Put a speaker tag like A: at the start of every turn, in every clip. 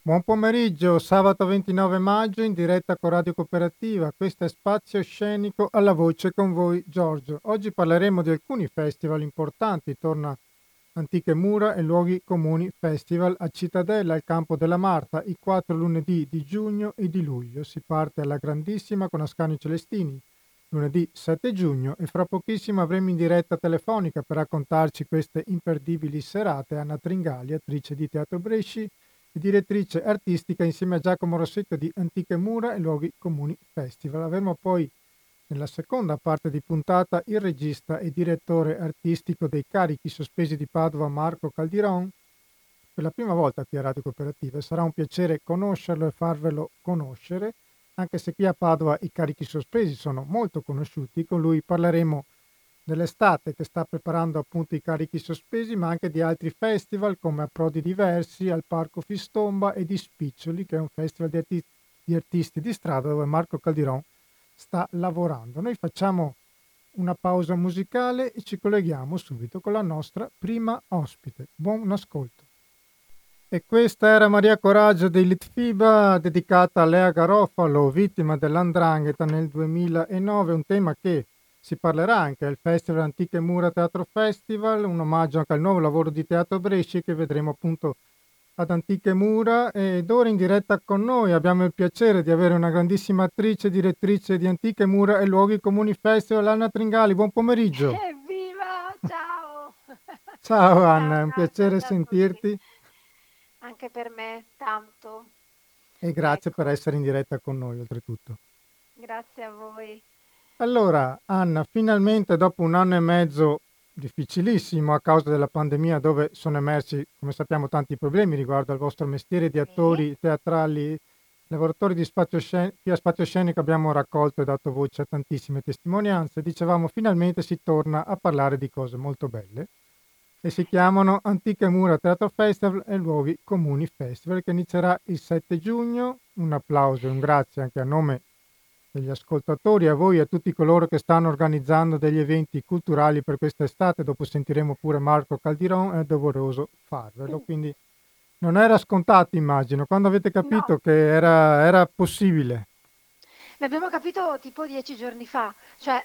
A: Buon pomeriggio, sabato 29 maggio in diretta con Radio Cooperativa. Questo è Spazio Scenico alla voce con voi Giorgio. Oggi parleremo di alcuni festival importanti. Torna Antiche Mura e Luoghi Comuni Festival a Cittadella, al Campo della Marta, i 4 lunedì di giugno e di luglio. Si parte alla grandissima con Ascanio Celestini, lunedì 7 giugno, e fra pochissimo avremo in diretta telefonica per raccontarci queste imperdibili serate Anna Tringali, attrice di Teatro Bresci e direttrice artistica insieme a Giacomo Rossetto di Antiche Mura e Luoghi Comuni Festival. Avremo poi nella seconda parte di puntata il regista e direttore artistico dei Carichi Sospesi di Padova Marco Caldiron per la prima volta qui a Radio Cooperativa. Sarà un piacere conoscerlo e farvelo conoscere, anche se qui a Padova i Carichi Sospesi sono molto conosciuti. Con lui parleremo dell'estate che sta preparando appunto i Carichi Sospesi, ma anche di altri festival come Approdi Diversi, al Parco Fistomba e di Spiccioli, che è un festival di artisti di strada dove Marco Caldiron sta lavorando. Noi facciamo una pausa musicale e ci colleghiamo subito con la nostra prima ospite. Buon ascolto. E questa era Maria Coraggio di Litfiba, dedicata a Lea Garofalo, vittima dell''ndrangheta nel 2009, un tema che si parlerà anche al Festival Antiche Mura Teatro Festival, un omaggio anche al nuovo lavoro di Teatro Bresci che vedremo appunto ad Antiche Mura. Ed ora in diretta con noi abbiamo il piacere di avere una grandissima attrice, direttrice di Antiche Mura e Luoghi Comuni Festival, Anna Tringali. Buon pomeriggio.
B: Evviva! Ciao!
A: Ciao
B: Ciao
A: Anna, è un
B: Giorgio,
A: piacere
B: ciao a tutti.
A: sentirti
B: Anche per me, tanto.
A: e grazie per
B: Ecco,
A: essere in diretta con noi oltretutto.
B: grazie a voi.
A: Allora, Anna, finalmente dopo un anno e mezzo difficilissimo a causa della pandemia, dove sono emersi, come sappiamo, tanti problemi riguardo al vostro mestiere di
B: Sì.
A: attori teatrali, lavoratori di spazio scenico, qui a Spazio Scenico abbiamo raccolto e dato voce a tantissime testimonianze. Dicevamo, finalmente si torna a parlare di cose molto belle e si chiamano Antiche Mura Teatro Festival e Luoghi Comuni Festival, che inizierà il 7 giugno. Un applauso e un grazie anche a nome degli ascoltatori, a voi e a tutti coloro che stanno organizzando degli eventi culturali per quest'estate. Dopo sentiremo pure Marco Caldiron, è doveroso farvelo, quindi non era scontato, immagino, quando avete
B: No,
A: capito che era possibile.
B: l'abbiamo capito tipo 10 giorni fa, cioè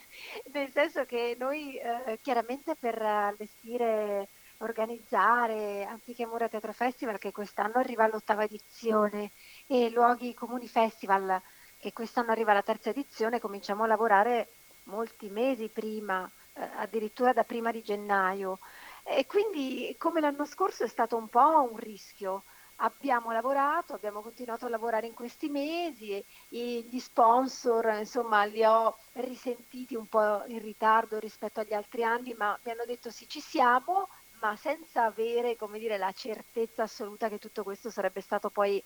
B: nel senso che noi chiaramente per allestire, organizzare Antiche Mura Teatro Festival, che quest'anno arriva all'8ª edizione, e Luoghi Comuni Festival, che quest'anno arriva alla 3ª edizione, cominciamo a lavorare molti mesi prima, addirittura da prima di gennaio. E quindi, come l'anno scorso, è stato un po' un rischio. Abbiamo lavorato, abbiamo continuato a lavorare in questi mesi e gli sponsor, insomma, li ho risentiti un po' in ritardo rispetto agli altri anni, ma mi hanno detto sì, ci siamo, ma senza avere, come dire, la certezza assoluta che tutto questo sarebbe stato poi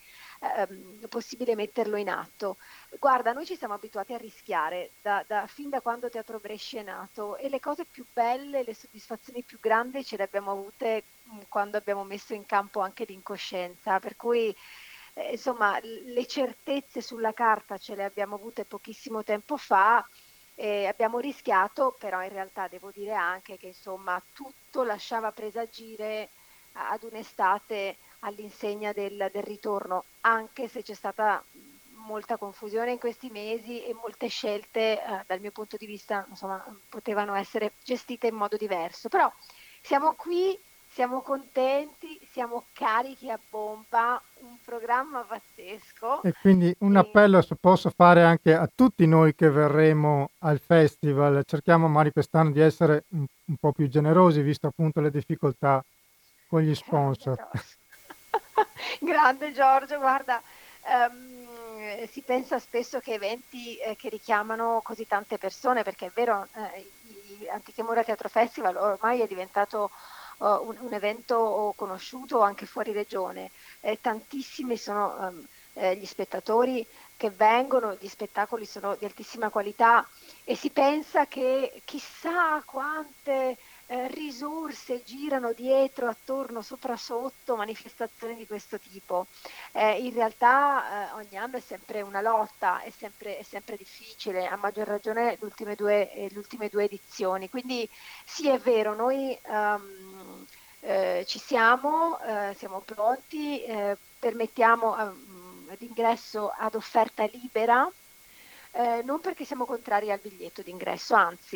B: possibile metterlo in atto. Guarda, noi ci siamo abituati a rischiare fin da quando Teatro Brescia è nato, e le cose più belle, le soddisfazioni più grandi ce le abbiamo avute quando abbiamo messo in campo anche l'incoscienza, per cui insomma le certezze sulla carta ce le abbiamo avute pochissimo tempo fa. Abbiamo rischiato, però in realtà devo dire anche che insomma tutto lasciava presagire ad un'estate all'insegna del ritorno, anche se c'è stata molta confusione in questi mesi e molte scelte dal mio punto di vista insomma potevano essere gestite in modo diverso. Però siamo qui, siamo contenti, siamo carichi a bomba, un programma pazzesco.
A: E quindi un
B: E
A: appello se posso fare anche a tutti noi che verremo al festival. Cerchiamo magari quest'anno di essere un po' più generosi, visto appunto le difficoltà con gli
B: grande
A: sponsor.
B: Giorgio, grande Giorgio, guarda, si pensa spesso che eventi che richiamano così tante persone, perché è vero, Antiche Mura Teatro Festival ormai è diventato un evento conosciuto anche fuori regione. Tantissimi sono gli spettatori che vengono, gli spettacoli sono di altissima qualità e si pensa che chissà quante risorse girano dietro, attorno, sopra, sotto manifestazioni di questo tipo. In realtà ogni anno è sempre una lotta, è sempre difficile, a maggior ragione le ultime due edizioni. Quindi sì, è vero, noi ci siamo, siamo pronti. permettiamo l'ingresso ad offerta libera, non perché siamo contrari al biglietto d'ingresso,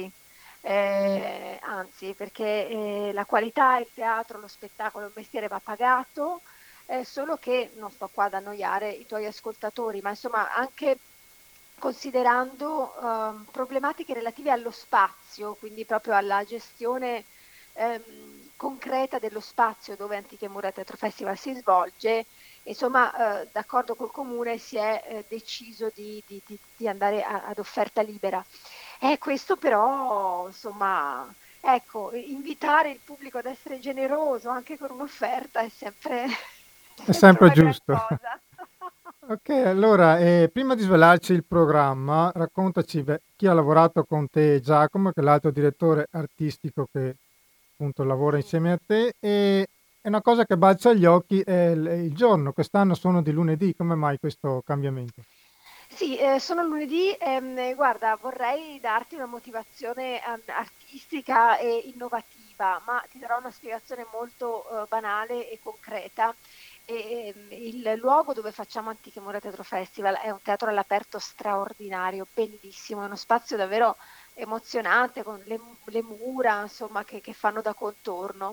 B: anzi perché la qualità, il teatro, lo spettacolo, il mestiere va pagato, solo che non sto qua ad annoiare i tuoi ascoltatori, ma insomma anche considerando problematiche relative allo spazio, quindi proprio alla gestione concreta dello spazio dove Antiche Mura Teatro Festival si svolge, insomma, d'accordo col comune si è deciso di andare ad offerta libera. Questo però, insomma, ecco, invitare il pubblico ad essere generoso anche con un'offerta è sempre,
A: È
B: sempre
A: sempre
B: una gran
A: giusto.
B: cosa.
A: Ok, allora, prima di svelarci il programma, raccontaci chi ha lavorato con te, Giacomo, che è l'altro direttore artistico che appunto lavora
B: Sì.
A: insieme a te, e è una cosa che balza agli occhi è il giorno, quest'anno sono di lunedì, come mai questo cambiamento?
B: Sì, sono lunedì, guarda, vorrei darti una motivazione artistica e innovativa, ma ti darò una spiegazione molto banale e concreta. Il luogo dove facciamo Antiche Mura Teatro Festival è un teatro all'aperto straordinario, bellissimo, è uno spazio davvero emozionante con le mura, insomma, che fanno da contorno.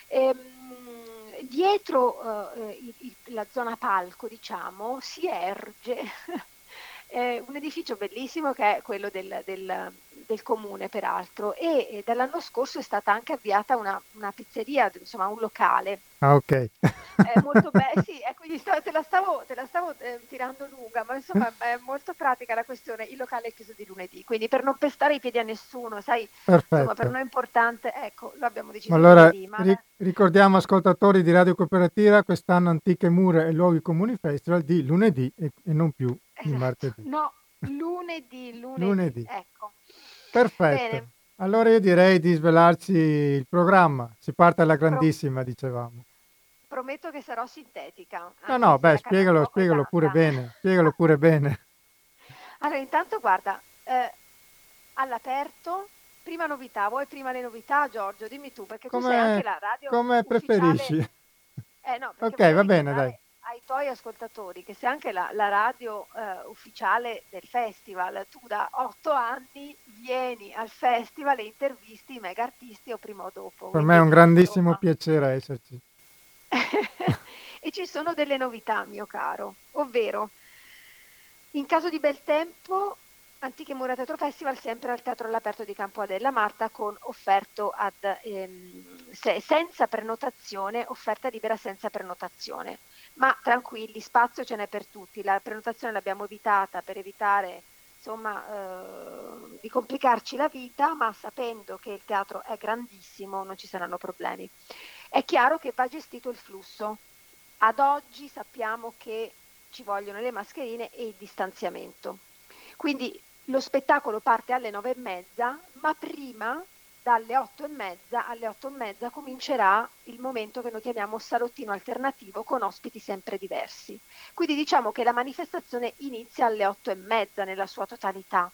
B: Dietro la zona palco, diciamo, si erge un edificio bellissimo che è quello del comune, peraltro, e dall'anno scorso è stata anche avviata una pizzeria, insomma un locale.
A: Ah, ok.
B: Molto bene, sì, quindi te la stavo tirando lunga, ma insomma è molto pratica la questione. Il locale è chiuso di lunedì, quindi per non pestare i piedi a nessuno, sai, insomma per
A: Perfetto.
B: noi è importante, ecco, lo abbiamo
A: Ma
B: deciso di
A: allora
B: lunedì, ma
A: ricordiamo ascoltatori di Radio Cooperativa, quest'anno Antiche Mura e Luoghi Comuni Festival di lunedì e non più di
B: esatto,
A: martedì.
B: no, lunedì,
A: Lunedì.
B: ecco.
A: Perfetto.
B: Bene,
A: Allora io direi di svelarci il programma. Si parte alla
B: pro-
A: grandissima, dicevamo.
B: prometto che sarò sintetica,
A: No,
B: anche
A: no,
B: se
A: beh,
B: la carne da
A: spiegalo,
B: fuoco è
A: spiegalo pure
B: tanta.
A: bene, spiegalo pure bene.
B: Allora, intanto guarda, all'aperto, prima novità, vuoi prima le novità, Giorgio? Dimmi tu, perché tu sei
A: Come,
B: anche la radio
A: come preferisci.
B: ufficiale. No, perché
A: Ok,
B: voglio
A: va bene, dai.
B: ricordare ai tuoi ascoltatori che sei anche la radio ufficiale del festival. Tu da 8 anni vieni al festival e intervisti i mega artisti o prima o dopo,
A: Per me è
B: quindi
A: un grandissimo
B: insomma.
A: piacere esserci.
B: E ci sono delle novità, mio caro, ovvero in caso di bel tempo, Antiche Mura Teatro Festival sempre al Teatro all'Aperto di Campo della Marta con offerto senza prenotazione, offerta libera senza prenotazione. Ma tranquilli, spazio ce n'è per tutti. La prenotazione l'abbiamo evitata per evitare insomma, di complicarci la vita, ma sapendo che il teatro è grandissimo non ci saranno problemi. È chiaro che va gestito il flusso. Ad oggi sappiamo che ci vogliono le mascherine e il distanziamento. Quindi lo spettacolo parte alle 9:30, ma prima, dalle 8:30 alle 8:30, comincerà il momento che noi chiamiamo salottino alternativo con ospiti sempre diversi. Quindi diciamo che la manifestazione inizia alle 8:30 nella sua totalità.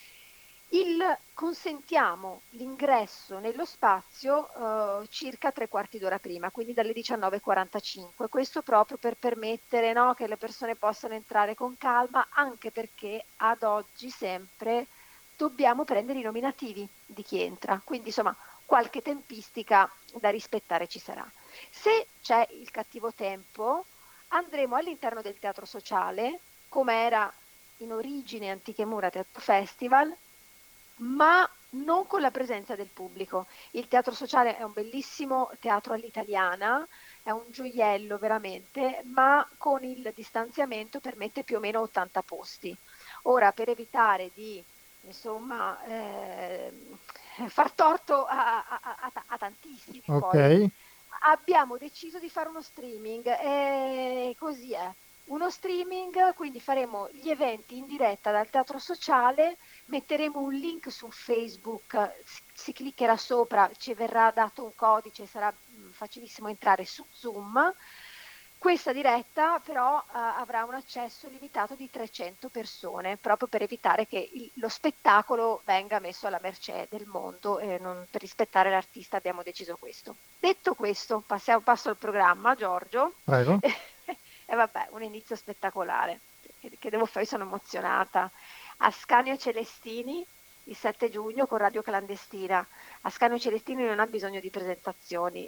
B: Consentiamo l'ingresso nello spazio circa 3/4 d'ora prima, quindi dalle 19:45. Questo proprio per permettere, no, che le persone possano entrare con calma, anche perché ad oggi sempre dobbiamo prendere i nominativi di chi entra. Quindi insomma qualche tempistica da rispettare ci sarà. Se c'è il cattivo tempo, andremo all'interno del teatro sociale, come era in origine Antiche Mura Teatro Festival, ma non con la presenza del pubblico. Il teatro sociale è un bellissimo teatro all'italiana, è un gioiello veramente, ma con il distanziamento permette più o meno 80 posti. Ora, per evitare di, insomma, far torto a tantissimi
A: Ok,
B: poi, abbiamo deciso di fare uno streaming e così è. Uno streaming, quindi faremo gli eventi in diretta dal teatro sociale, metteremo un link su Facebook, si cliccherà sopra, ci verrà dato un codice, sarà facilissimo entrare su Zoom. Questa diretta però avrà un accesso limitato di 300 persone, proprio per evitare che lo spettacolo venga messo alla mercé del mondo e per rispettare l'artista abbiamo deciso questo. Detto questo, passo al programma, Giorgio.
A: prego.
B: E vabbè, un inizio spettacolare, che devo fare, io sono emozionata. Ascanio Celestini, il 7 giugno con Radio Clandestina. Ascanio Celestini non ha bisogno di presentazioni,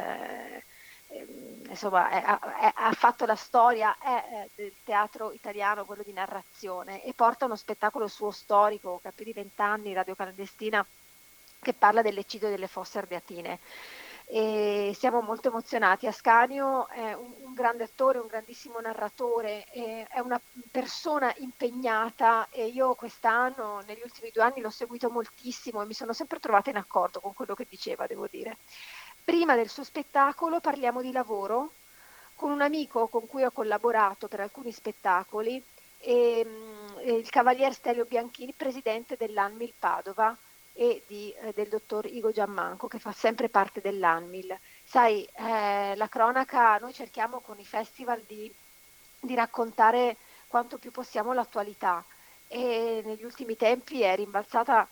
B: insomma, ha fatto la storia del teatro italiano, quello di narrazione, e porta uno spettacolo suo storico, che ha più di 20 anni, Radio Clandestina, che parla dell'eccidio delle Fosse Ardeatine. E siamo molto emozionati. Ascanio è un grande attore, un grandissimo narratore, è una persona impegnata, e io quest'anno, negli ultimi 2 anni, l'ho seguito moltissimo e mi sono sempre trovata in accordo con quello che diceva, devo dire. Prima del suo spettacolo parliamo di lavoro con un amico con cui ho collaborato per alcuni spettacoli, il cavalier Stelio Bianchini, presidente dell'Anmil Padova, del dottor Igo Giammanco, che fa sempre parte dell'Anmil. Sai, la cronaca, noi cerchiamo con i festival di raccontare quanto più possiamo l'attualità, e negli ultimi tempi è rimbalzata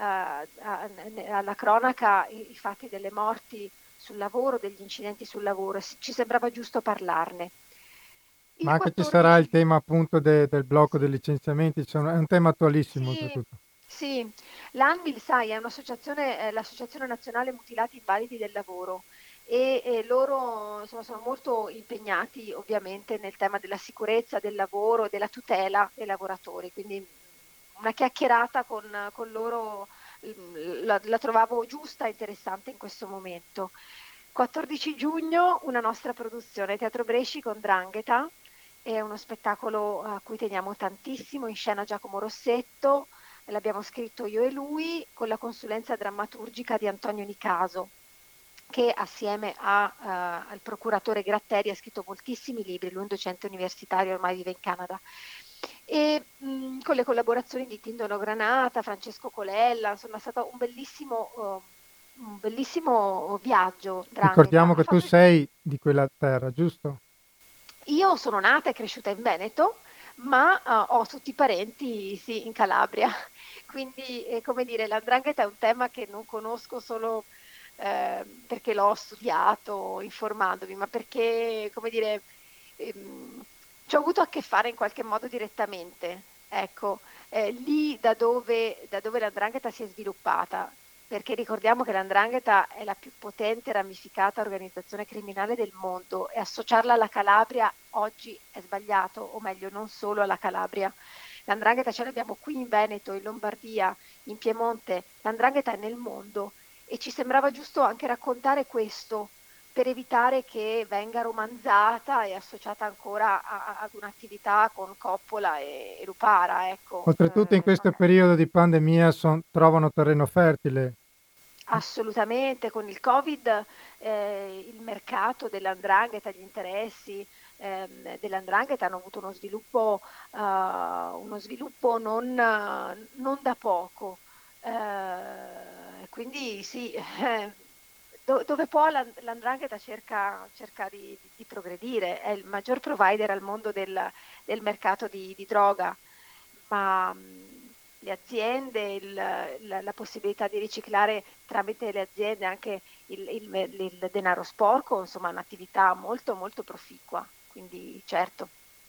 B: alla cronaca i fatti delle morti sul lavoro, degli incidenti sul lavoro, e ci sembrava giusto parlarne.
A: Ma
B: Il
A: anche ci sarà il
B: 14
A: tema appunto del blocco degli licenziamenti, è un tema attualissimo
B: Sì,
A: oltretutto.
B: sì, l'ANVIL, sai, è un'associazione, è l'Associazione Nazionale Mutilati Invalidi del Lavoro, e loro, insomma, sono molto impegnati ovviamente nel tema della sicurezza del lavoro e della tutela dei lavoratori, quindi una chiacchierata con loro la trovavo giusta e interessante in questo momento. 14 giugno, una nostra produzione, Teatro Bresci con 'Ndrangheta, è uno spettacolo a cui teniamo tantissimo, in scena Giacomo Rossetto, l'abbiamo scritto io e lui con la consulenza drammaturgica di Antonio Nicaso, che assieme al procuratore Gratteri ha scritto moltissimi libri, lui è un docente universitario, ormai vive in Canada, e con le collaborazioni di Tindono Granata, Francesco Colella, insomma è stato un bellissimo viaggio, 'Ndrangheta.
A: Ricordiamo che tu sei di quella terra, giusto?
B: Io sono nata e cresciuta in Veneto, ma ho tutti i parenti, sì, in Calabria. Quindi, come dire, la 'ndrangheta è un tema che non conosco solo perché l'ho studiato informandomi, ma perché, come dire, ci ho avuto a che fare in qualche modo direttamente. Ecco, lì da dove la 'ndrangheta si è sviluppata, perché ricordiamo che la 'ndrangheta è la più potente ramificata organizzazione criminale del mondo, e associarla alla Calabria oggi è sbagliato, o meglio, non solo alla Calabria. La 'ndrangheta ce l'abbiamo qui in Veneto, in Lombardia, in Piemonte, la 'ndrangheta è nel mondo, e ci sembrava giusto anche raccontare questo per evitare che venga romanzata e associata ancora ad un'attività con Coppola e Lupara, ecco.
A: Oltretutto in
B: Non
A: questo
B: è.
A: periodo di pandemia trovano terreno fertile.
B: Assolutamente, con il Covid il mercato dell''ndrangheta, gli interessi dell''ndrangheta hanno avuto uno sviluppo non da poco. Quindi sì, dove può l''ndrangheta cerca di progredire, è il maggior provider al mondo del mercato di droga, ma le aziende, la possibilità di riciclare tramite le aziende anche il denaro sporco, insomma, è un'attività molto molto proficua, quindi certo.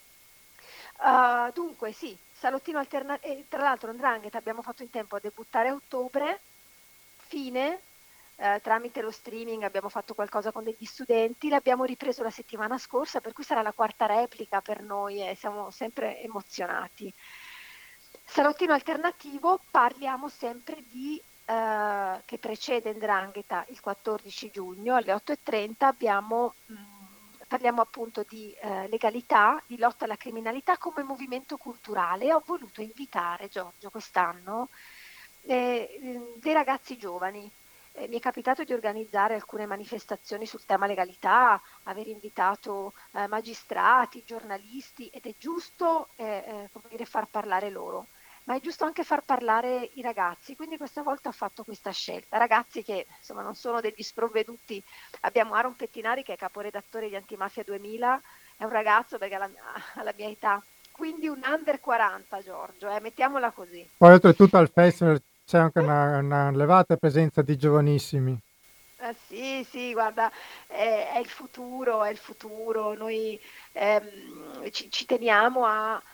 B: Dunque sì, salottino alternativo, tra l'altro 'ndrangheta abbiamo fatto in tempo a debuttare a ottobre, fine, tramite lo streaming abbiamo fatto qualcosa con degli studenti, l'abbiamo ripreso la settimana scorsa, per cui sarà la quarta replica per noi e siamo sempre emozionati. Salottino alternativo, parliamo sempre che precede 'Ndrangheta il 14 giugno alle 8:30, parliamo appunto di legalità, di lotta alla criminalità come movimento culturale, e ho voluto invitare, Giorgio, quest'anno dei ragazzi giovani. Mi è capitato di organizzare alcune manifestazioni sul tema legalità, aver invitato magistrati, giornalisti, ed è giusto come dire, far parlare loro, ma è giusto anche far parlare i ragazzi, quindi questa volta ho fatto questa scelta. Ragazzi che insomma non sono degli sprovveduti, abbiamo Aaron Pettinari che è caporedattore di Antimafia 2000, è un ragazzo perché ha la mia età, quindi un under 40, Giorgio, mettiamola così.
A: Poi oltretutto al festival c'è anche una elevata presenza di giovanissimi.
B: Sì, sì, guarda, è il futuro, è il futuro. Noi ci teniamo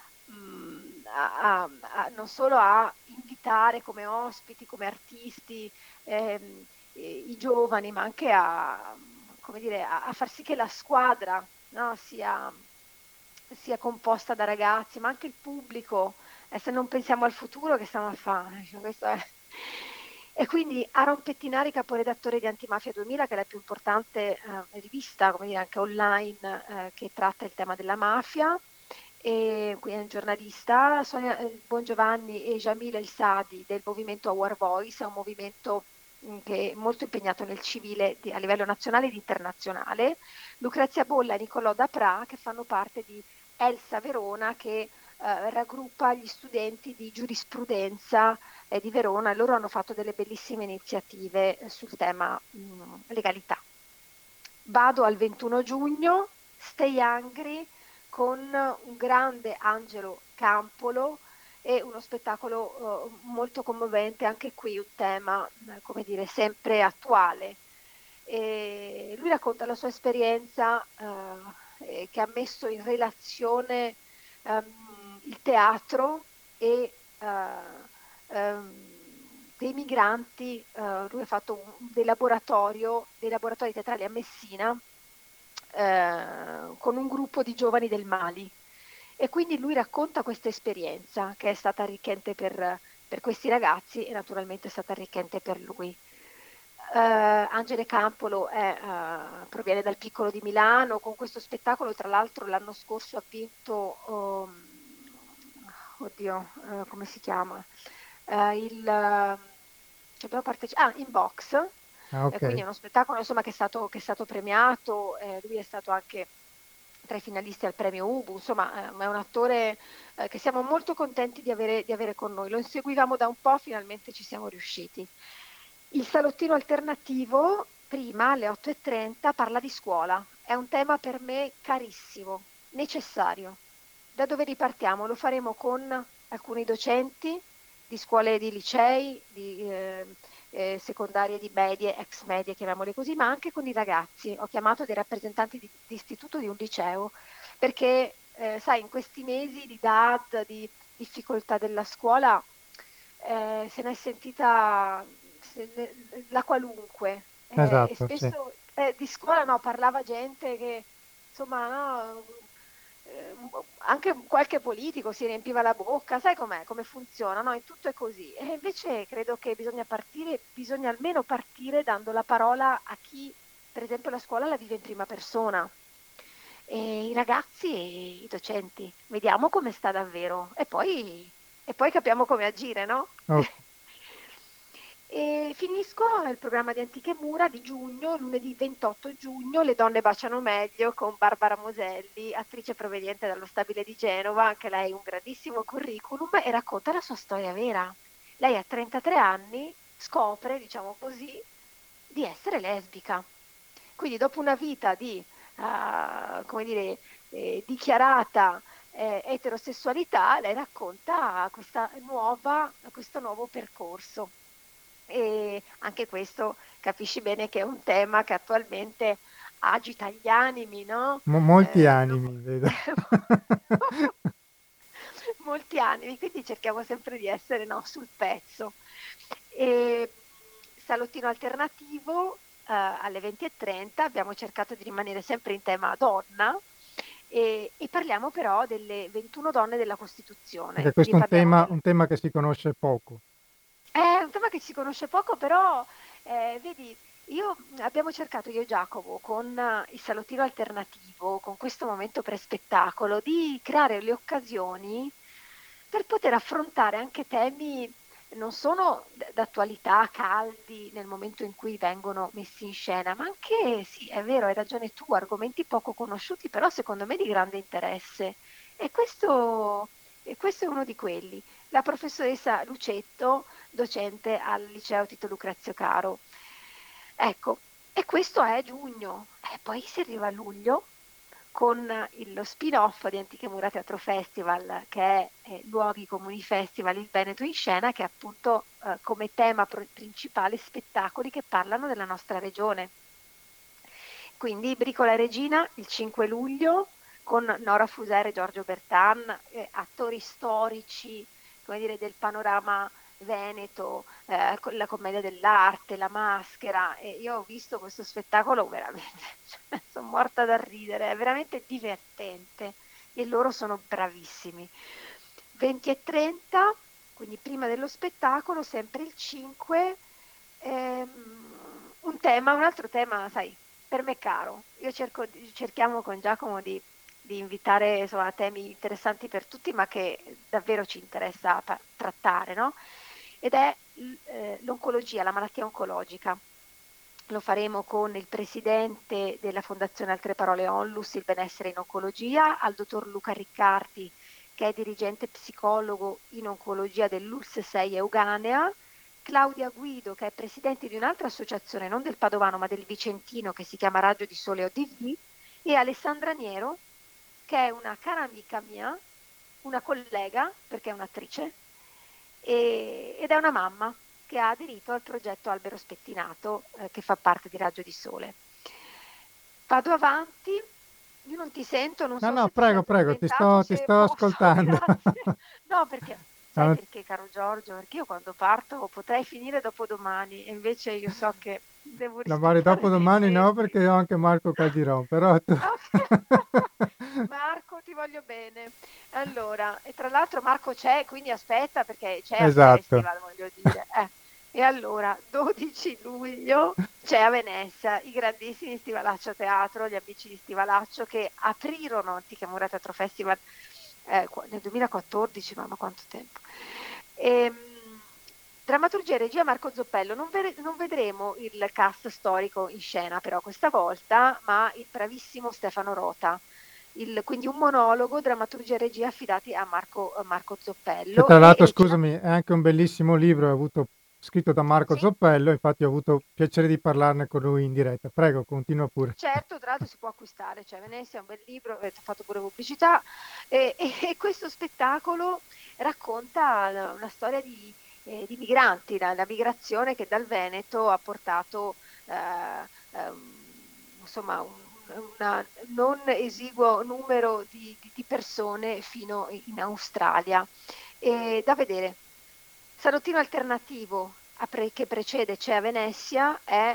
B: non solo a invitare come ospiti, come artisti, i giovani, ma anche come dire, a far sì che la squadra, no, sia composta da ragazzi, ma anche il pubblico. Se non pensiamo al futuro, che stiamo a fare? Cioè, questo è. E quindi Aaron Pettinari, caporedattore di Antimafia 2000, che è la più importante rivista, come dire, anche online, che tratta il tema della mafia, e quindi è un giornalista, Sonia Bongiovanni e Jamil El Sadi del movimento Our Voice, è un movimento che è molto impegnato nel civile a livello nazionale ed internazionale, Lucrezia Bolla e Nicolò Dapra, che fanno parte di Elsa Verona, che raggruppa gli studenti di giurisprudenza di Verona, e loro hanno fatto delle bellissime iniziative sul tema legalità. Vado al 21 giugno, Stay Hungry, con un grande Angelo Campolo e uno spettacolo molto commovente, anche qui un tema, come dire, sempre attuale. E lui racconta la sua esperienza che ha messo in relazione il teatro e dei migranti. Lui ha fatto dei laboratori teatrali a Messina con un gruppo di giovani del Mali. E quindi lui racconta questa esperienza che è stata arricchente per questi ragazzi e naturalmente è stata arricchente per lui. Angele Campolo proviene dal Piccolo di Milano, con questo spettacolo tra l'altro l'anno scorso ha vinto, oddio, come si chiama? Ci abbiamo partecipato, in box,
A: Ah,
B: quindi
A: ok.
B: è uno spettacolo insomma, che è stato premiato, lui è stato anche tra i finalisti al premio Ubu, insomma è un attore che siamo molto contenti di avere con noi. Lo inseguivamo da un po', finalmente ci siamo riusciti. Il salottino alternativo, prima alle 8:30, parla di scuola. È un tema per me carissimo, necessario. Da dove ripartiamo? Lo faremo con alcuni docenti di scuole, di licei, di secondarie, di medie, ex medie, chiamiamole così, ma anche con i ragazzi. Ho chiamato dei rappresentanti di istituto di un liceo perché, sai, in questi mesi di DAD, di difficoltà della scuola, se n'è sentita la qualunque, e
A: Esatto, sì.
B: spesso di scuola no, parlava gente che insomma no, anche qualche politico si riempiva la bocca, sai com'è, come funziona, no? In tutto è così. E invece credo che bisogna almeno partire dando la parola a chi, per esempio, la scuola la vive in prima persona. E i ragazzi e i docenti, vediamo come sta davvero e poi capiamo come agire, no?
A: Ok.
B: E finisco il programma di Antiche Mura di giugno, lunedì 28 giugno, Le donne baciano meglio con Barbara Moselli, attrice proveniente dallo Stabile di Genova, anche lei un grandissimo curriculum e racconta la sua storia vera. Lei a 33 anni scopre, diciamo così, di essere lesbica. Quindi dopo una vita di, come dire, dichiarata eterosessualità, lei racconta questo nuovo percorso. E anche questo capisci bene che è un tema che attualmente agita gli animi, no?
A: Molti
B: No.
A: animi, vedo.
B: Molti animi, quindi cerchiamo sempre di essere, no, sul pezzo. E, salottino alternativo alle 20:30, abbiamo cercato di rimanere sempre in tema donna e parliamo però delle 21 donne della Costituzione,
A: Anche
B: quindi
A: questo è
B: parliamo
A: un tema che si conosce poco.
B: è un tema che si conosce poco, però vedi, abbiamo cercato io e Giacomo con il salottino alternativo, con questo momento pre-spettacolo, di creare le occasioni per poter affrontare anche temi non solo d'attualità, caldi nel momento in cui vengono messi in scena, ma anche, sì, è vero, hai ragione tu, argomenti poco conosciuti, però secondo me di grande interesse. E questo è uno di quelli. La professoressa Lucetto, docente al liceo Tito Lucrezio Caro. Ecco, e questo è giugno, e poi si arriva a luglio, con lo spin-off di Antiche Mura Teatro Festival, che è Luoghi Comuni Festival, il Veneto in scena, che ha appunto come tema principale spettacoli che parlano della nostra regione. Quindi Bricola Regina il 5 luglio con Nora Fuser e Giorgio Bertan, attori storici, come dire, del panorama veneto, con la commedia dell'arte, la maschera. E io ho visto questo spettacolo veramente, cioè, sono morta da ridere, è veramente divertente e loro sono bravissimi. 20 e 30, quindi prima dello spettacolo, sempre il 5, un altro tema, sai, per me caro. Cerchiamo con Giacomo di invitare insomma, temi interessanti per tutti, ma che davvero ci interessa trattare, no? Ed è l'oncologia, la malattia oncologica. Lo faremo con il presidente della Fondazione Altre Parole Onlus, il benessere in oncologia, al dottor Luca Riccardi, che è dirigente psicologo in oncologia dell'ULSS 6 Euganea, Claudia Guido, che è presidente di un'altra associazione, non del Padovano ma del Vicentino, che si chiama Raggio di Sole ODV, e Alessandra Niero, che è una cara amica mia, una collega, perché è un'attrice, ed è una mamma che ha aderito al progetto Albero Spettinato, che fa parte di Raggio di Sole. Vado avanti, io non ti sento, non
A: No,
B: so
A: no,
B: se ti sei
A: prego, prego,
B: addormentato,
A: ti
B: se
A: sto
B: posso,
A: ascoltando.
B: grazie. No, perché,
A: No,
B: sai perché, caro Giorgio? Perché io quando parto potrei finire dopo domani, e invece io so che devo
A: no, magari
B: rispettare
A: dopo
B: dei
A: domani no,
B: tempi.
A: perché ho anche Marco Caldiron, però tu...
B: Marco, ti voglio bene. Allora, e tra l'altro Marco c'è, quindi aspetta perché c'è al
A: Esatto.
B: festival, voglio dire. E allora, 12 luglio c'è a Venezia i grandissimi Stivalaccio Teatro, gli amici di Stivalaccio che aprirono Antiche Mura Teatro Festival nel 2014, mamma quanto tempo. Drammaturgia e regia Marco Zoppello, non vedremo il cast storico in scena però questa volta, ma il bravissimo Stefano Rota. Quindi un monologo, drammaturgia e regia affidati a Marco
A: Che
B: Zoppello
A: tra l'altro,
B: ce la...
A: scusami, è anche un bellissimo libro, scritto da Marco
B: Sì,
A: Zoppello, infatti ho avuto piacere di parlarne con lui in diretta. Prego, continua pure.
B: certo, tra l'altro si può acquistare, cioè Venezia è un bel libro, ho fatto pure pubblicità e questo spettacolo racconta una storia di migranti, la migrazione che dal Veneto ha portato insomma un non esiguo numero di persone fino in Australia. Da vedere. Salottino alternativo che precede C'è a Venezia è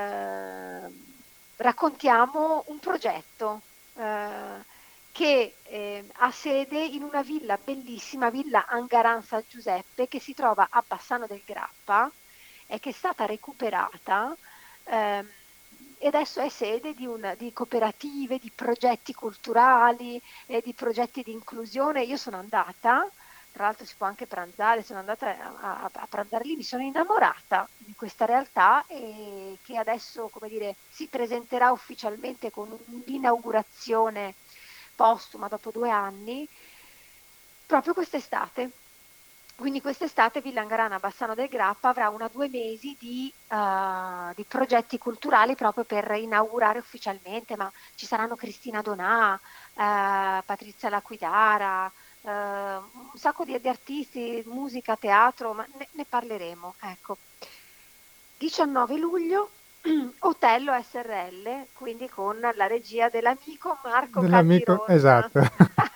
B: raccontiamo un progetto che ha sede in una villa bellissima, Villa Angaran San Giuseppe, che si trova a Bassano del Grappa e che è stata recuperata ehm, e adesso è sede di cooperative, di progetti culturali, di progetti di inclusione. Io sono andata, tra l'altro si può anche pranzare, sono andata a pranzare lì, mi sono innamorata di questa realtà e che adesso, come dire, si presenterà ufficialmente con un'inaugurazione postuma dopo 2 anni, proprio quest'estate. Quindi quest'estate Villa Angarana Bassano del Grappa avrà 2 mesi di progetti culturali proprio per inaugurare ufficialmente, ma ci saranno Cristina Donà, Patrizia Laquidara, un sacco di artisti, musica, teatro, ma ne parleremo. Ecco. 19 luglio, Otello SRL, quindi con la regia dell'amico Marco
A: Dell'amico,
B: Caldiron.
A: esatto.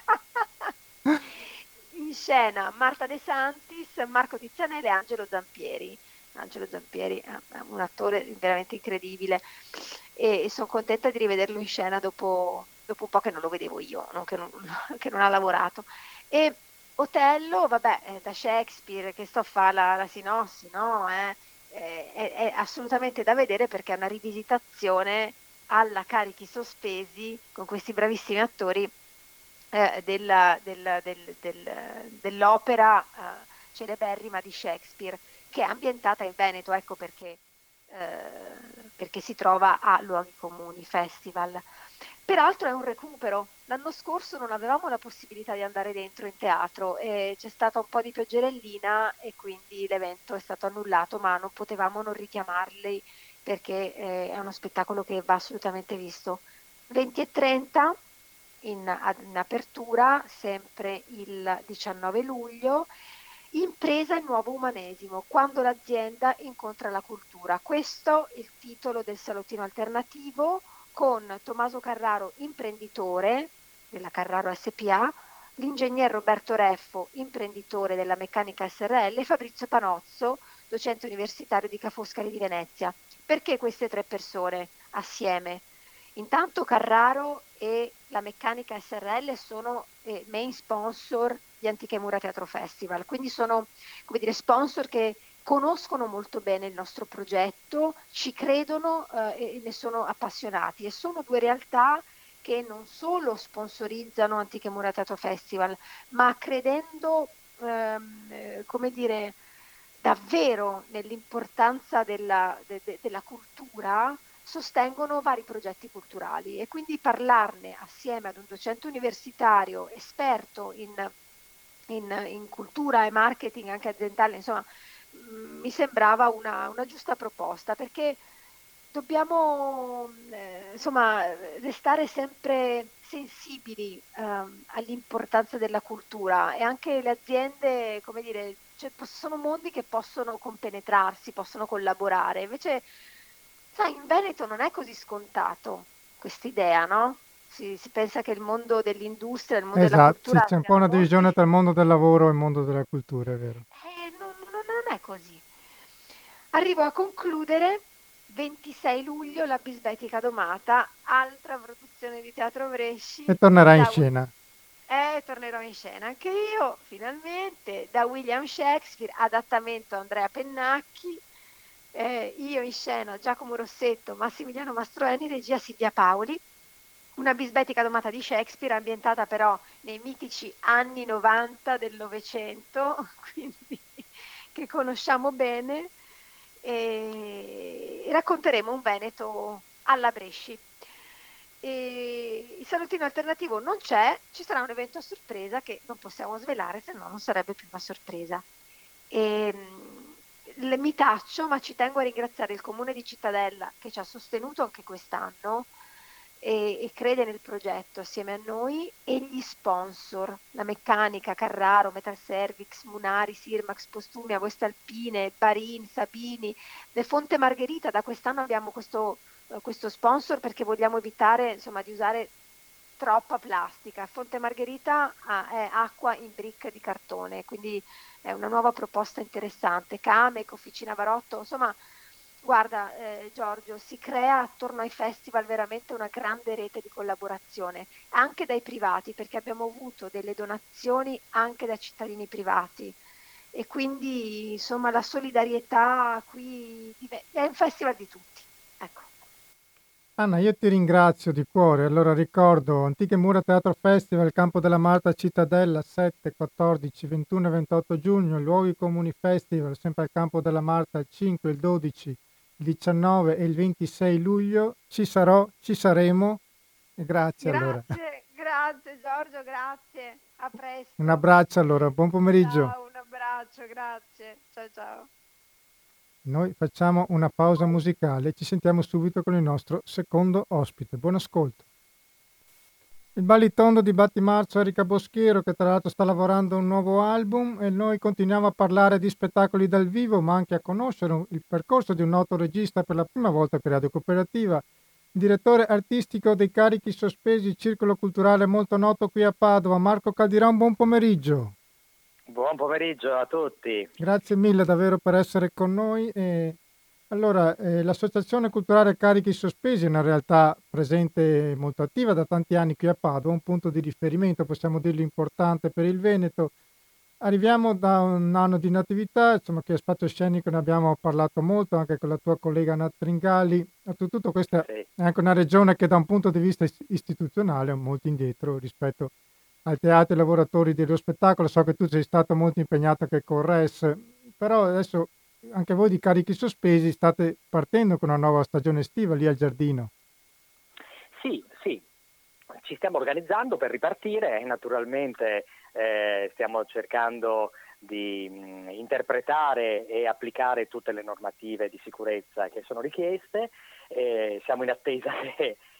B: In scena Marta De Santis, Marco Tizianelli e Angelo Zampieri. Angelo Zampieri è un attore veramente incredibile e sono contenta di rivederlo in scena dopo un po' che non lo vedevo io, no? Che non ha lavorato. E Otello, vabbè, da Shakespeare, che sto a fare la sinossi, no? È assolutamente da vedere perché è una rivisitazione alla Carichi Sospesi con questi bravissimi attori dell'opera celeberrima di Shakespeare, che è ambientata in Veneto, ecco perché si trova a Luoghi Comuni Festival. Peraltro è un recupero. L'anno scorso non avevamo la possibilità di andare dentro in teatro e c'è stata un po' di pioggerellina e quindi l'evento è stato annullato, ma non potevamo non richiamarli perché è uno spettacolo che va assolutamente visto. 20 e 30 in apertura, sempre il 19 luglio, Impresa e nuovo umanesimo, quando l'azienda incontra la cultura. Questo è il titolo del salottino alternativo, con Tommaso Carraro, imprenditore della Carraro SPA, l'ingegner Roberto Reffo, imprenditore della Meccanica SRL, e Fabrizio Panozzo, docente universitario di Ca' Foscari di Venezia. Perché queste tre persone assieme? Intanto Carraro e la Meccanica SRL sono main sponsor di Antiche Mura Teatro Festival, quindi sono, come dire, sponsor che conoscono molto bene il nostro progetto, ci credono e ne sono appassionati, e sono due realtà che non solo sponsorizzano Antiche Mura Teatro Festival, ma credendo, come dire, davvero nell'importanza della cultura, sostengono vari progetti culturali, e quindi parlarne assieme ad un docente universitario esperto in cultura e marketing anche aziendale, insomma, mi sembrava una giusta proposta, perché dobbiamo insomma restare sempre sensibili all'importanza della cultura, e anche le aziende, come dire, cioè, sono mondi che possono compenetrarsi, possono collaborare. Invece, sai, in Veneto non è così scontato quest'idea, no? Si pensa che il mondo dell'industria, il mondo della
A: Esatto, sì,
B: cultura
A: c'è un po'
B: siano
A: una divisione
B: molti.
A: tra il mondo del lavoro e il mondo della cultura, è vero.
B: Non è così. Arrivo a concludere. 26 luglio, La Bisbetica Domata, altra produzione di Teatro
A: E
B: Bresci.
A: tornerà in scena.
B: Tornerò in scena anche io, finalmente, da William Shakespeare, adattamento Andrea Pennacchi, io in scena Giacomo Rossetto, Massimiliano Mastroeni, regia Silvia Paoli. Una bisbetica domata di Shakespeare, ambientata però nei mitici anni 90 del Novecento, quindi che conosciamo bene, e racconteremo un Veneto alla Bresci. E il salottino alternativo non c'è, ci sarà un evento a sorpresa che non possiamo svelare, se no non sarebbe più una sorpresa. E, mi taccio, ma ci tengo a ringraziare il Comune di Cittadella, che ci ha sostenuto anche quest'anno e crede nel progetto assieme a noi, e gli sponsor, la Meccanica, Carraro, Metal Servix, Munari, Sirmax, Postumia, Voestalpine, Barin, Sabini, Le Fonte Margherita. Da quest'anno abbiamo questo sponsor perché vogliamo evitare, insomma, di usare troppa plastica. Fonte Margherita è acqua in brick di cartone, quindi è una nuova proposta interessante. Camec, Officina Varotto, insomma, guarda, Giorgio, si crea attorno ai festival veramente una grande rete di collaborazione, anche dai privati, perché abbiamo avuto delle donazioni anche da cittadini privati. E quindi, insomma, la solidarietà qui è un festival di tutti. Ecco.
A: Anna, io ti ringrazio di cuore. Allora ricordo Antiche Mura Teatro Festival, Campo della Marta, Cittadella, 7, 14, 21 e 28 giugno, Luoghi Comuni Festival, sempre al Campo della Marta, il 5, il 12, il 19 e il 26 luglio. Ci sarò, ci saremo. E grazie allora.
B: Grazie, grazie Giorgio, grazie. A
A: Un
B: presto.
A: abbraccio allora, buon pomeriggio.
B: Ciao, un abbraccio, grazie. Ciao ciao.
A: Noi facciamo una pausa musicale, ci sentiamo subito con il nostro secondo ospite. Buon ascolto. Il baritondo di Battimarzo Erika Boschiero, che tra l'altro sta lavorando a un nuovo album, e noi continuiamo a parlare di spettacoli dal vivo, ma anche a conoscere il percorso di un noto regista per la prima volta per Radio Cooperativa, direttore artistico dei Carichi Sospesi, circolo culturale molto noto qui a Padova. Marco Caldiron, buon pomeriggio.
C: Buon pomeriggio a tutti.
A: Grazie mille davvero per essere con noi. Allora, l'Associazione Culturale Carichi Sospesi è una realtà presente e molto attiva da tanti anni qui a Padova, un punto di riferimento, possiamo dirlo, importante per il Veneto. Arriviamo da un anno di inattività, insomma, che a Spazio Scenico ne abbiamo parlato molto anche con la tua collega Nat Tringali. Oltretutto questa
C: Sì.
A: è anche una regione che da un punto di vista istituzionale è molto indietro rispetto al teatro e ai lavoratori dello spettacolo. So che tu sei stato molto impegnato anche con RES, però adesso anche voi di Carichi Sospesi state partendo con una nuova stagione estiva lì al Giardino.
C: Sì, ci stiamo organizzando per ripartire, naturalmente stiamo cercando di interpretare e applicare tutte le normative di sicurezza che sono richieste, siamo in attesa che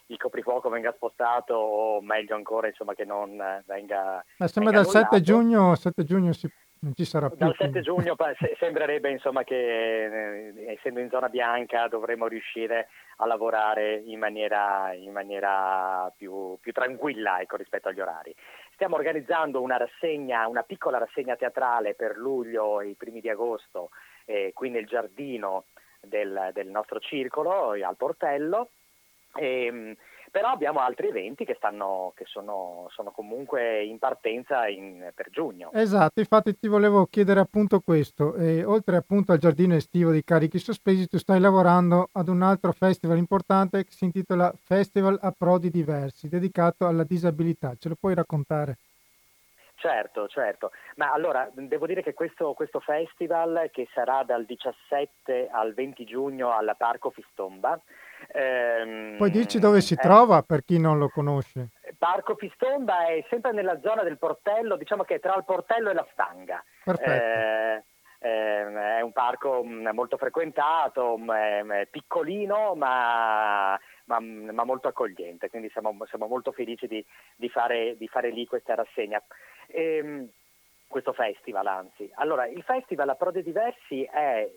C: il coprifuoco venga spostato o meglio ancora insomma che non venga,
A: Ma sembra
C: venga
A: dal 7
C: annullato.
A: giugno, 7 giugno non ci sarà più.
C: Dal 7
A: Quindi.
C: giugno sembrerebbe insomma che essendo in zona bianca dovremo riuscire a lavorare in maniera più tranquilla, ecco, rispetto agli orari. Stiamo organizzando una piccola rassegna teatrale per luglio e i primi di agosto, qui nel giardino del nostro circolo, al Portello. Però abbiamo altri eventi che sono comunque in partenza per giugno.
A: Esatto, infatti ti volevo chiedere appunto questo. Oltre appunto al giardino estivo di Carichi Sospesi, tu stai lavorando ad un altro festival importante che si intitola Festival Approdi Diversi, dedicato alla disabilità. Ce lo puoi raccontare?
C: Certo, ma allora devo dire che questo festival, che sarà dal 17 al 20 giugno al Parco Fistomba,
A: Puoi dirci dove si trova per chi non lo conosce?
C: Parco Fistomba è sempre nella zona del Portello, diciamo che è tra il Portello e la Stanga.
A: Perfetto.
C: È un parco molto frequentato, piccolino ma molto accogliente, quindi siamo molto felici di fare lì questa rassegna. Questo festival, anzi. Allora, il festival Approdi Diversi è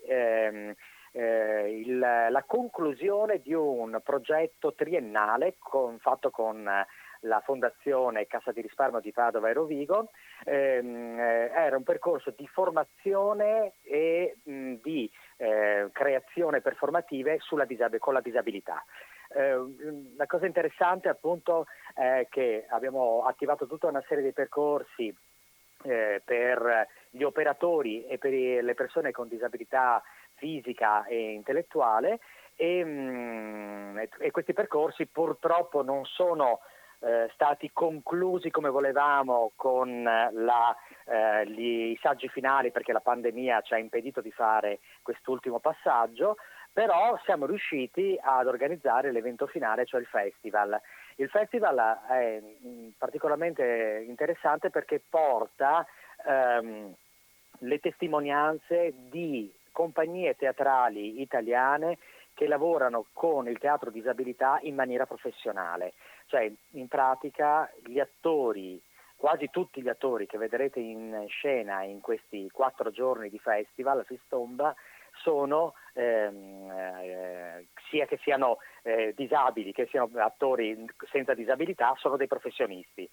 C: la conclusione di un progetto triennale fatto con la Fondazione Cassa di Risparmio di Padova e Rovigo. Era un percorso di formazione e di creazione performative con la disabilità. La cosa interessante appunto è che abbiamo attivato tutta una serie di percorsi per gli operatori e per le persone con disabilità fisica e intellettuale e questi percorsi purtroppo non sono stati conclusi come volevamo con i saggi finali, perché la pandemia ci ha impedito di fare quest'ultimo passaggio, però siamo riusciti ad organizzare l'evento finale, cioè il festival. Il festival è particolarmente interessante perché porta le testimonianze di compagnie teatrali italiane che lavorano con il teatro disabilità in maniera professionale. Cioè, in pratica, gli attori, quasi tutti gli attori che vedrete in scena in questi 4 giorni di festival a Fistomba sono sia che siano disabili che siano attori senza disabilità, sono dei professionisti.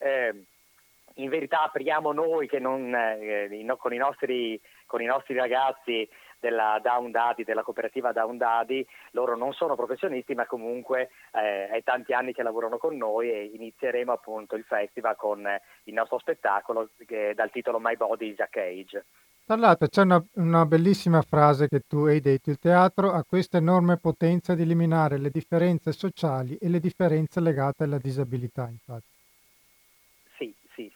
C: In verità apriamo noi che con i nostri ragazzi della Down Daddy, della cooperativa Down Daddy, loro non sono professionisti ma comunque è tanti anni che lavorano con noi e inizieremo appunto il festival con il nostro spettacolo dal titolo My Body is a Cage.
A: Tra l'altro c'è una bellissima frase che tu hai detto: il teatro ha questa enorme potenza di eliminare le differenze sociali e le differenze legate alla disabilità, infatti.
C: Sì,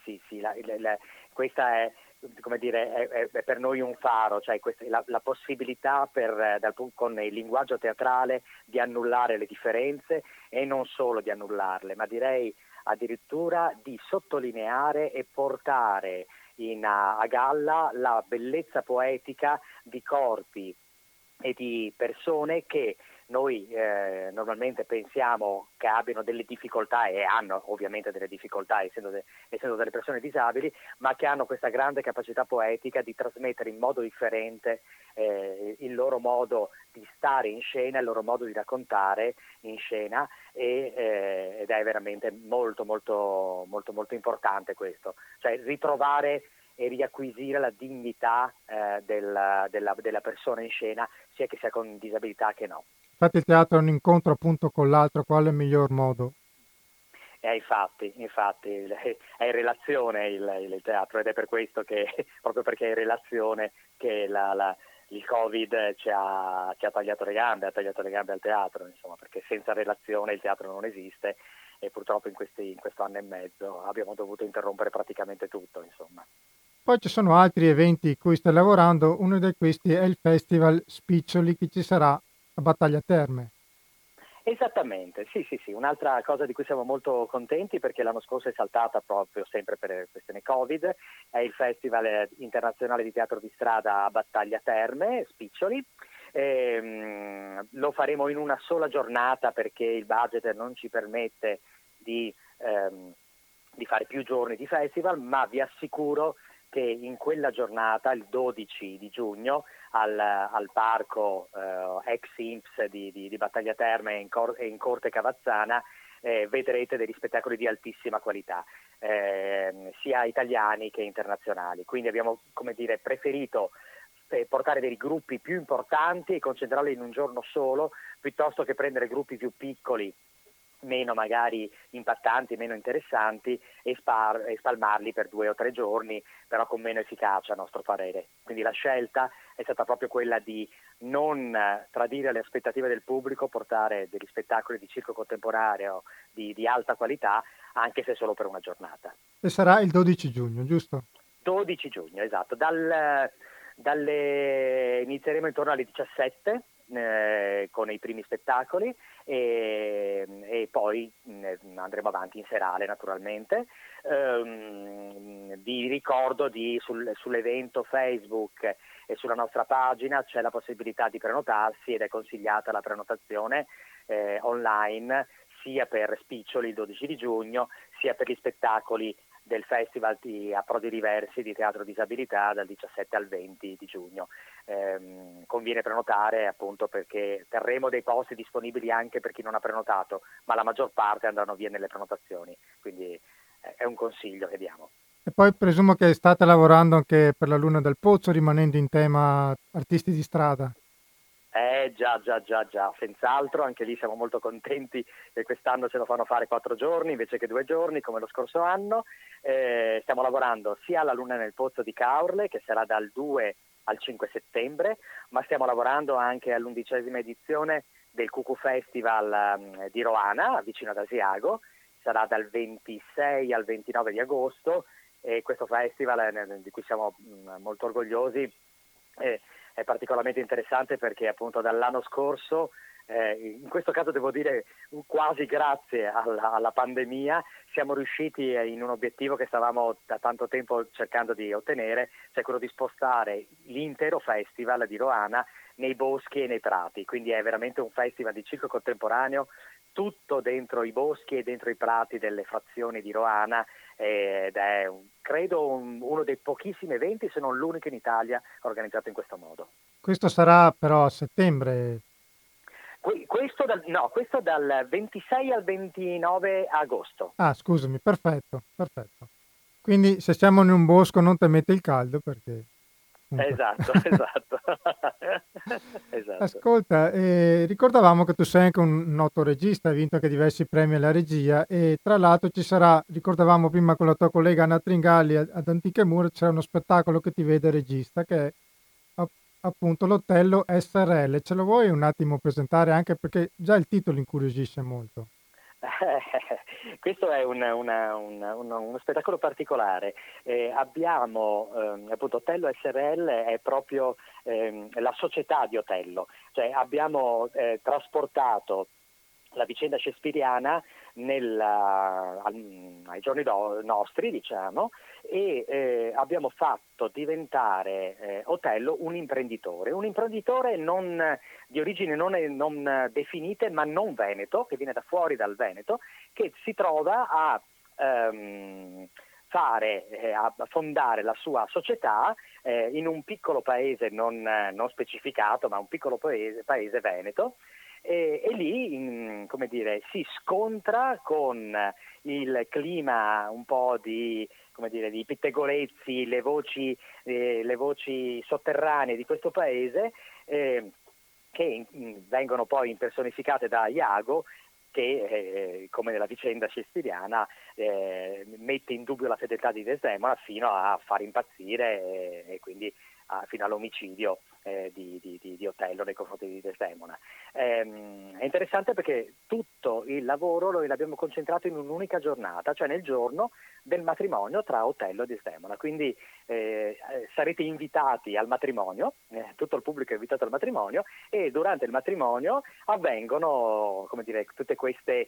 C: questa è, come dire, è per noi un faro, cioè questa è la possibilità con il linguaggio teatrale di annullare le differenze e non solo di annullarle, ma direi addirittura di sottolineare e portare a galla la bellezza poetica di corpi e di persone che noi normalmente pensiamo che abbiano delle difficoltà, e hanno ovviamente delle difficoltà essendo delle persone disabili, ma che hanno questa grande capacità poetica di trasmettere in modo differente il loro modo di stare in scena, il loro modo di raccontare in scena ed è veramente molto molto molto molto importante questo, cioè ritrovare e riacquisire la dignità della persona in scena, sia che sia con disabilità che no.
A: Infatti il teatro è un incontro appunto con l'altro, qual è il miglior modo?
C: Infatti, è in relazione il teatro ed è per questo che, proprio perché è in relazione, che il Covid ci ha tagliato le gambe al teatro, insomma, perché senza relazione il teatro non esiste e purtroppo in questo anno e mezzo abbiamo dovuto interrompere praticamente tutto, insomma.
A: Poi ci sono altri eventi in cui stai lavorando, uno di questi è il Festival Spiccioli che ci sarà a Battaglia Terme.
C: Esattamente, sì, un'altra cosa di cui siamo molto contenti, perché l'anno scorso è saltata proprio sempre per questione Covid, è il Festival internazionale di teatro di strada a Battaglia Terme, Spiccioli, Lo faremo in una sola giornata perché il budget non ci permette di fare più giorni di festival, ma vi assicuro che in quella giornata, il 12 di giugno, al parco ex INPS di Battaglia Terme e in Corte Cavazzana, vedrete degli spettacoli di altissima qualità, sia italiani che internazionali. Quindi abbiamo, come dire, preferito portare dei gruppi più importanti e concentrarli in un giorno solo, piuttosto che prendere gruppi più piccoli, meno magari impattanti, meno interessanti, e spalmarli per 2 o 3 giorni, però con meno efficacia a nostro parere. Quindi la scelta è stata proprio quella di non tradire le aspettative del pubblico, portare degli spettacoli di circo contemporaneo di alta qualità, anche se solo per una giornata.
A: E sarà il 12 giugno, giusto?
C: 12 giugno, esatto. Inizieremo intorno alle 17 con i primi spettacoli e poi andremo avanti in serale naturalmente. Vi ricordo sull'evento Facebook e sulla nostra pagina c'è la possibilità di prenotarsi ed è consigliata la prenotazione online sia per Spiccioli il 12 di giugno sia per gli spettacoli del Festival di Approdi Diversi di Teatro Disabilità dal 17 al 20 di giugno. Conviene prenotare appunto perché terremo dei posti disponibili anche per chi non ha prenotato, ma la maggior parte andranno via nelle prenotazioni, quindi è un consiglio che diamo.
A: E poi presumo che state lavorando anche per la Luna del Pozzo, rimanendo in tema artisti di strada.
C: Già, senz'altro, anche lì siamo molto contenti che quest'anno ce lo fanno fare 4 giorni invece che 2 giorni come lo scorso anno. Stiamo lavorando sia alla Luna nel Pozzo di Caorle, che sarà dal 2 al 5 settembre, ma stiamo lavorando anche all'11ª edizione del Cucù Festival di Roana, vicino ad Asiago, sarà dal 26 al 29 di agosto, e questo festival di cui siamo molto orgogliosi è particolarmente interessante perché appunto dall'anno scorso, in questo caso devo dire quasi grazie alla pandemia, siamo riusciti in un obiettivo che stavamo da tanto tempo cercando di ottenere, cioè quello di spostare l'intero festival di Roana nei boschi e nei prati, quindi è veramente un festival di circo contemporaneo, tutto dentro i boschi e dentro i prati delle frazioni di Roana, ed è credo uno dei pochissimi eventi, se non l'unico in Italia, organizzato in questo modo.
A: Questo sarà però a settembre.
C: Questo dal 26 al 29 agosto.
A: Ah, scusami, perfetto. Quindi se siamo in un bosco non temete il caldo perché...
C: Esatto. Esatto.
A: Ascolta, ricordavamo che tu sei anche un noto regista, hai vinto anche diversi premi alla regia e tra l'altro ci sarà, ricordavamo prima con la tua collega Anna Tringali ad Antiche Mura, c'è uno spettacolo che ti vede regista che è appunto l'Otello SRL. Ce lo vuoi un attimo presentare, anche perché già il titolo incuriosisce molto?
C: Questo è uno spettacolo particolare. Abbiamo appunto Otello SRL è proprio la società di Otello, cioè abbiamo trasportato la vicenda shakespeariana ai giorni nostri, diciamo, e abbiamo fatto diventare Otello un imprenditore di origini non definite, ma non veneto, che viene da fuori dal Veneto, che si trova a fondare la sua società in un piccolo paese non specificato, ma un piccolo paese veneto. E lì, come dire, si scontra con il clima un po' di pettegolezzi, le voci sotterranee di questo paese, che vengono poi impersonificate da Iago, che come nella vicenda shakespeariana mette in dubbio la fedeltà di Desdemona fino a far impazzire e quindi fino all'omicidio di Otello nei confronti di Desdemona. È interessante perché tutto il lavoro noi l'abbiamo concentrato in un'unica giornata, cioè nel giorno del matrimonio tra Otello e Desdemona, quindi sarete invitati al matrimonio, tutto il pubblico è invitato al matrimonio, e durante il matrimonio avvengono, come dire, tutte queste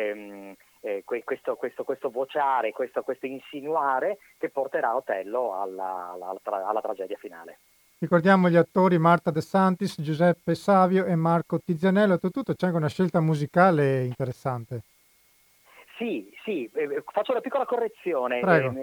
C: questo vociare, questo insinuare che porterà Otello alla tragedia finale.
A: Ricordiamo gli attori Marta De Santis, Giuseppe Savio e Marco Tizianello. Oltretutto c'è anche una scelta musicale interessante.
C: Sì, sì, faccio una piccola correzione.
A: Prego.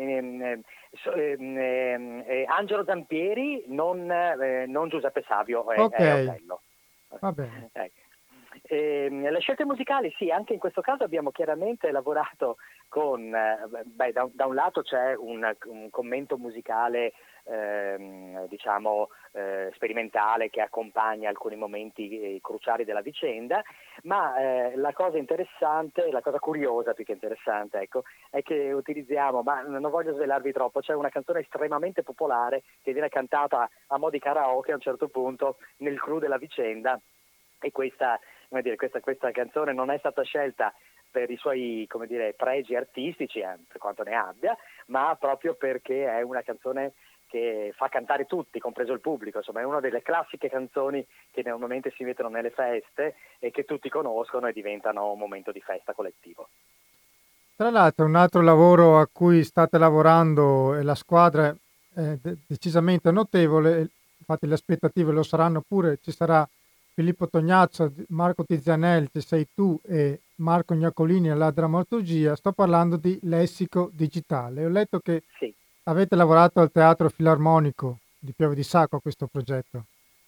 C: Angelo Zampieri, non Giuseppe Savio,
A: Ok,
C: è Otello.
A: va bene.
C: Ecco. Le scelte musicali, sì, anche in questo caso abbiamo chiaramente lavorato con, da un lato c'è un commento musicale diciamo sperimentale che accompagna alcuni momenti cruciali della vicenda, ma la cosa interessante, la cosa curiosa più che interessante, ecco, è che utilizziamo, ma non voglio svelarvi troppo, c'è una canzone estremamente popolare che viene cantata a mo' di karaoke a un certo punto nel clou della vicenda, e questa, come dire, questa canzone non è stata scelta per i suoi, come dire, pregi artistici, per quanto ne abbia, ma proprio perché è una canzone che fa cantare tutti, compreso il pubblico. Insomma, è una delle classiche canzoni che normalmente si mettono nelle feste e che tutti conoscono e diventano un momento di festa collettivo.
A: Tra l'altro un altro lavoro a cui state lavorando e la squadra è decisamente notevole, infatti le aspettative lo saranno pure, ci sarà Filippo Tognazzo, Marco Tizianelli, ci sei tu e Marco Gnacolini alla drammaturgia. Sto parlando di Lessico Digitale. Ho letto che
C: Sì.
A: avete lavorato al Teatro Filarmonico di Pieve di Sacco a questo progetto.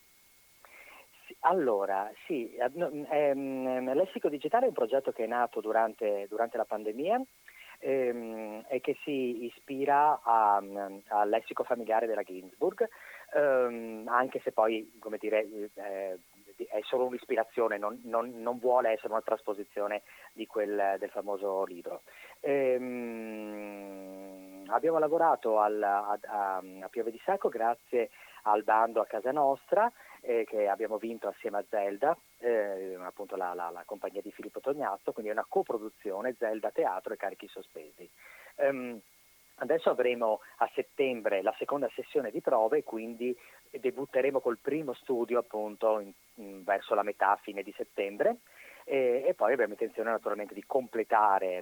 C: Allora, sì, Lessico Digitale è un progetto che è nato durante la pandemia e che si ispira al lessico familiare della Ginsburg, anche se poi, come dire, è solo un'ispirazione, non vuole essere una trasposizione del famoso libro. Abbiamo lavorato a Pieve di Sacco grazie al bando a casa nostra, che abbiamo vinto assieme a Zelda, appunto la compagnia di Filippo Tognazzo, quindi è una coproduzione Zelda Teatro e Carichi Sospesi. Adesso avremo a settembre la seconda sessione di prove, quindi debutteremo col primo studio appunto verso la metà, fine di settembre, e poi abbiamo intenzione naturalmente di completare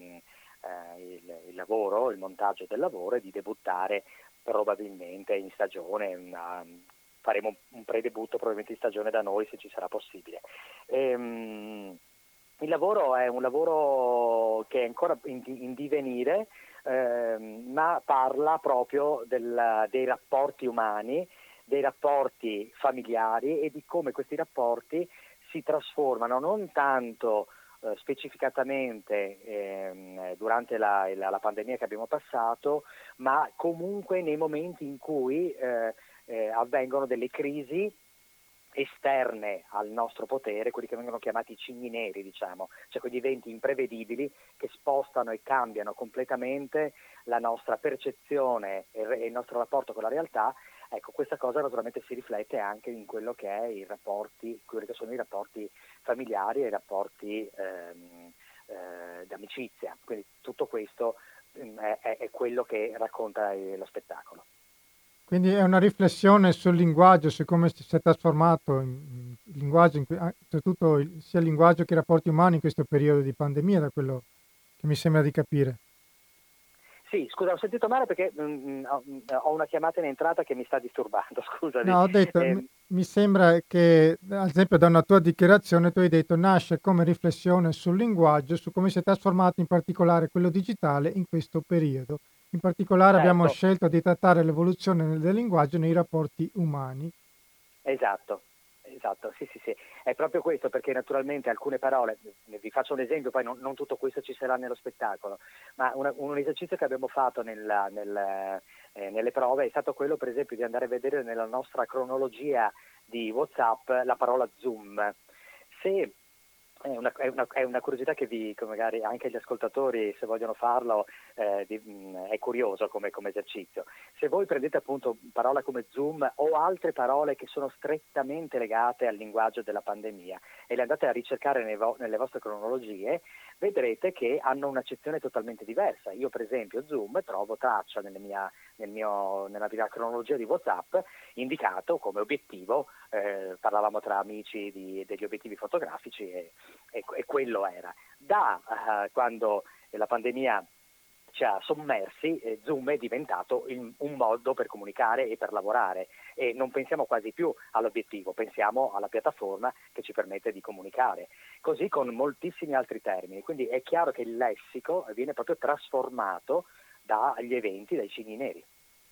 C: il lavoro, il montaggio del lavoro, e di debuttare probabilmente in stagione. Faremo un pre-debutto probabilmente in stagione da noi, se ci sarà possibile. Il lavoro è un lavoro che è ancora in divenire, ma parla proprio dei rapporti umani, dei rapporti familiari e di come questi rapporti si trasformano non tanto specificatamente durante la pandemia che abbiamo passato, ma comunque nei momenti in cui avvengono delle crisi esterne al nostro potere, quelli che vengono chiamati cigni neri, diciamo, cioè quegli eventi imprevedibili che spostano e cambiano completamente la nostra percezione e il nostro rapporto con la realtà. Ecco, questa cosa naturalmente si riflette anche in quello che è quelli che sono i rapporti familiari e i rapporti d'amicizia. Quindi tutto questo è quello che racconta lo spettacolo.
A: Quindi è una riflessione sul linguaggio, su come si è trasformato il linguaggio, soprattutto sia il linguaggio che i rapporti umani in questo periodo di pandemia, da quello che mi sembra di capire.
C: Sì, scusa, ho sentito male perché ho una chiamata in entrata che mi sta disturbando, scusami.
A: No, ho detto, mi sembra che, ad esempio, da una tua dichiarazione tu hai detto nasce come riflessione sul linguaggio, su come si è trasformato in particolare quello digitale in questo periodo. In particolare abbiamo
C: Certo.
A: scelto di trattare l'evoluzione del linguaggio nei rapporti umani.
C: Esatto, sì, sì, sì, è proprio questo, perché naturalmente alcune parole, vi faccio un esempio, poi non tutto questo ci sarà nello spettacolo, ma un esercizio che abbiamo fatto nelle prove è stato quello, per esempio, di andare a vedere nella nostra cronologia di WhatsApp la parola Zoom. Se è una curiosità che magari anche gli ascoltatori, se vogliono farlo, è curioso come esercizio. Se voi prendete appunto parola come Zoom o altre parole che sono strettamente legate al linguaggio della pandemia e le andate a ricercare nelle vostre cronologie, vedrete che hanno un'accezione totalmente diversa. Io per esempio Zoom trovo traccia nella mia cronologia di WhatsApp indicato come obiettivo, parlavamo tra amici degli obiettivi fotografici e quello era. Quando la pandemia ci ha sommersi, Zoom è diventato un modo per comunicare e per lavorare e non pensiamo quasi più all'obiettivo, pensiamo alla piattaforma che ci permette di comunicare. Così con moltissimi altri termini, quindi è chiaro che il lessico viene proprio trasformato dagli eventi, dai cigni neri.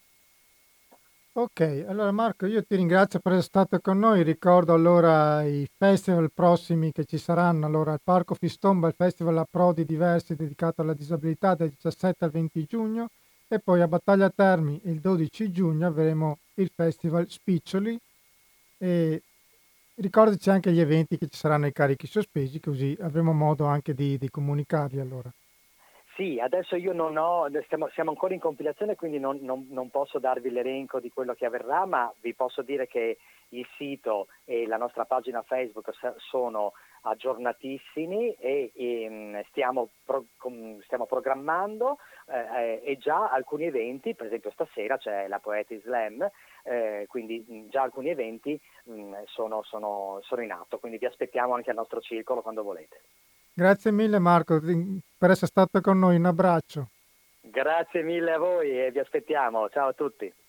A: Ok, allora Marco, io ti ringrazio per essere stato con noi. Ricordo allora i festival prossimi che ci saranno. Allora, al Parco Fistomba, il festival a Prodi diversi dedicato alla disabilità dal 17 al 20 giugno e poi a Battaglia Termi il 12 giugno avremo il festival Spiccioli e ricordaci anche gli eventi che ci saranno ai carichi sospesi, così avremo modo anche di comunicarli allora.
C: Sì, adesso io non ho, siamo ancora in compilazione, quindi non posso darvi l'elenco di quello che avverrà, ma vi posso dire che il sito e la nostra pagina Facebook sono aggiornatissimi e stiamo programmando e già alcuni eventi, per esempio stasera c'è la Poetry Slam, quindi già alcuni eventi sono in atto, quindi vi aspettiamo anche al nostro circolo quando volete.
A: Grazie mille Marco per essere stato con noi, un abbraccio.
C: Grazie mille a voi e vi aspettiamo. Ciao a tutti.